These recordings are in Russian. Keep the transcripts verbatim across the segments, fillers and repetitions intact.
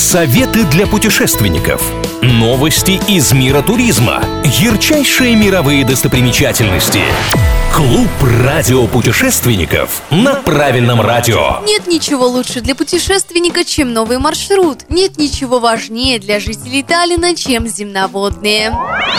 Советы для путешественников. Новости из мира туризма. Ярчайшие мировые достопримечательности. Клуб радиопутешественников на правильном радио. Нет ничего лучше для путешественника, чем новый маршрут. Нет ничего важнее для жителей Таллина, чем земноводные.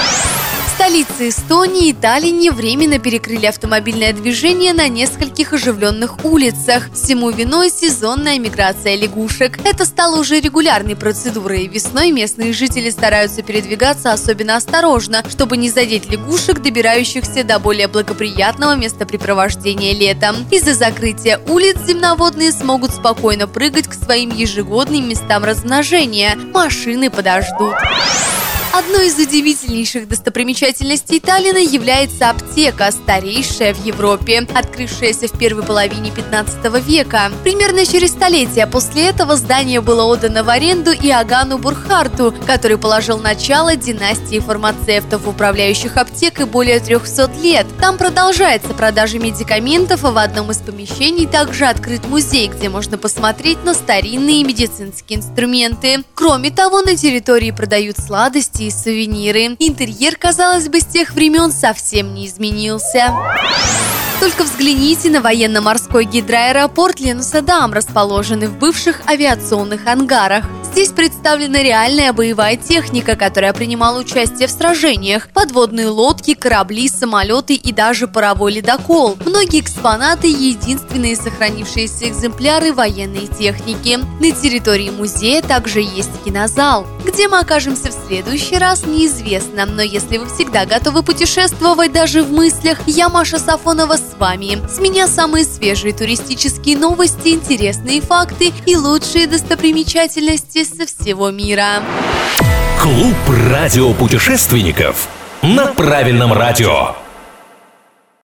В столице Эстонии, Таллине, временно перекрыли автомобильное движение на нескольких оживленных улицах. Всему виной сезонная миграция лягушек. Это стало уже регулярной процедурой. Весной местные жители стараются передвигаться особенно осторожно, чтобы не задеть лягушек, добирающихся до более благоприятного местопрепровождения летом. Из-за закрытия улиц земноводные смогут спокойно прыгать к своим ежегодным местам размножения. Машины подождут. Одной из удивительнейших достопримечательностей Таллина является аптека, старейшая в Европе, открывшаяся в первой половине пятнадцатого века. Примерно через столетие после этого здание было отдано в аренду Иоганну Бурхарту, который положил начало династии фармацевтов, управляющих аптекой более трехсот лет. Там продолжается продажа медикаментов, а в одном из помещений также открыт музей, где можно посмотреть на старинные медицинские инструменты. Кроме того, на территории продают сладости и сувениры. Интерьер, казалось бы, с тех времен совсем не изменился. Только взгляните на военно-морской гидроаэропорт Ленусадам, расположенный в бывших авиационных ангарах. Здесь представлена реальная боевая техника, которая принимала участие в сражениях. Подводные лодки, корабли, самолеты и даже паровой ледокол. Многие экспонаты – единственные сохранившиеся экземпляры военной техники. На территории музея также есть кинозал. Где мы окажемся в следующий раз, неизвестно. Но если вы всегда готовы путешествовать даже в мыслях, я, Маша Сафонова, с вами. С меня самые свежие туристические новости, интересные факты и лучшие достопримечательности со всего мира. Клуб радиопутешественников на правильном радио.